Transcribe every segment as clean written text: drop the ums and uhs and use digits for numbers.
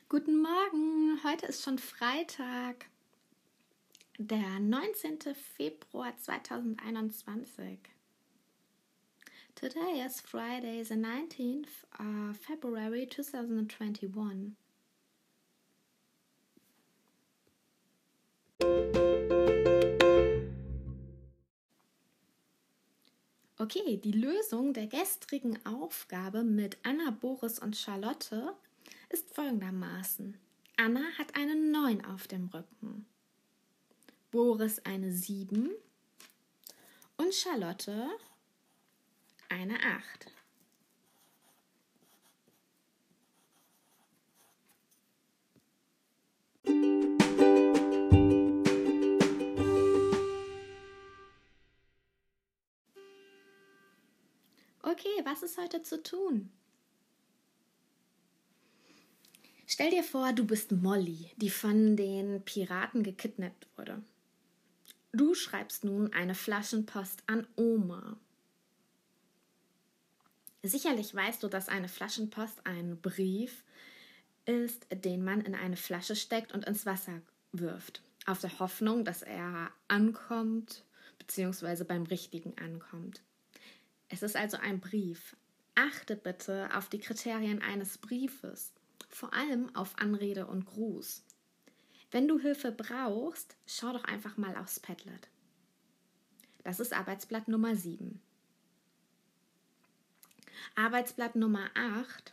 Guten Morgen, heute ist schon Freitag, der 19. Februar 2021. Today is Friday, the 19th of February 2021. Okay, die Lösung der gestrigen Aufgabe mit Anna, Boris und Charlotte ist folgendermaßen. Anna hat eine 9 auf dem Rücken, Boris eine 7 und Charlotte eine 8. Okay, was ist heute zu tun? Stell dir vor, du bist Molly, die von den Piraten gekidnappt wurde. Du schreibst nun eine Flaschenpost an Oma. Sicherlich weißt du, dass eine Flaschenpost ein Brief ist, den man in eine Flasche steckt und ins Wasser wirft, auf der Hoffnung, dass er ankommt bzw. beim Richtigen ankommt. Es ist also ein Brief. Achte bitte auf die Kriterien eines Briefes, vor allem auf Anrede und Gruß. Wenn du Hilfe brauchst, schau doch einfach mal aufs Padlet. Das ist Arbeitsblatt Nummer 7. Arbeitsblatt Nummer 8,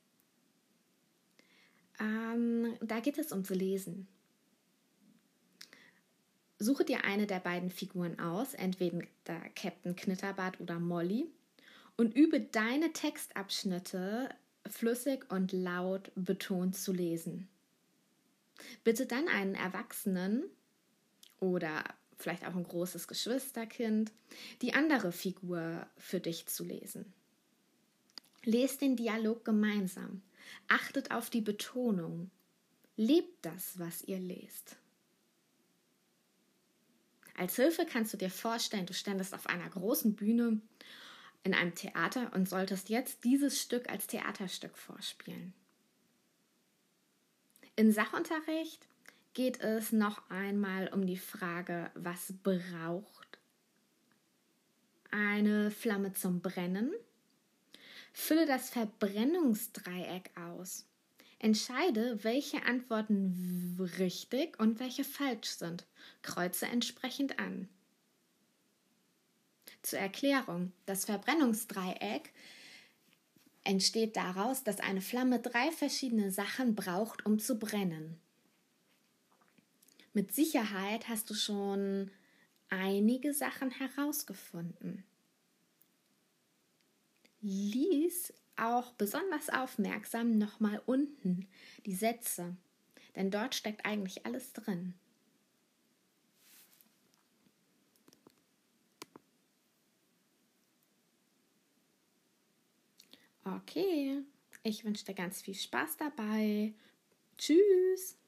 da geht es ums Lesen. Suche dir eine der beiden Figuren aus, entweder Captain Knitterbart oder Molly, und übe deine Textabschnitte flüssig und laut betont zu lesen. Bitte dann einen Erwachsenen oder vielleicht auch ein großes Geschwisterkind, die andere Figur für dich zu lesen. Lest den Dialog gemeinsam. Achtet auf die Betonung. Lebt das, was ihr lest. Als Hilfe kannst du dir vorstellen, du ständest auf einer großen Bühne in einem Theater und solltest jetzt dieses Stück als Theaterstück vorspielen. Im Sachunterricht geht es noch einmal um die Frage, was braucht eine Flamme zum Brennen? Fülle das Verbrennungsdreieck aus. Entscheide, welche Antworten richtig und welche falsch sind. Kreuze entsprechend an. Zur Erklärung, das Verbrennungsdreieck entsteht daraus, dass eine Flamme 3 verschiedene Sachen braucht, um zu brennen. Mit Sicherheit hast du schon einige Sachen herausgefunden. Lies auch besonders aufmerksam nochmal unten die Sätze, denn dort steckt eigentlich alles drin. Okay, ich wünsche dir ganz viel Spaß dabei. Tschüss!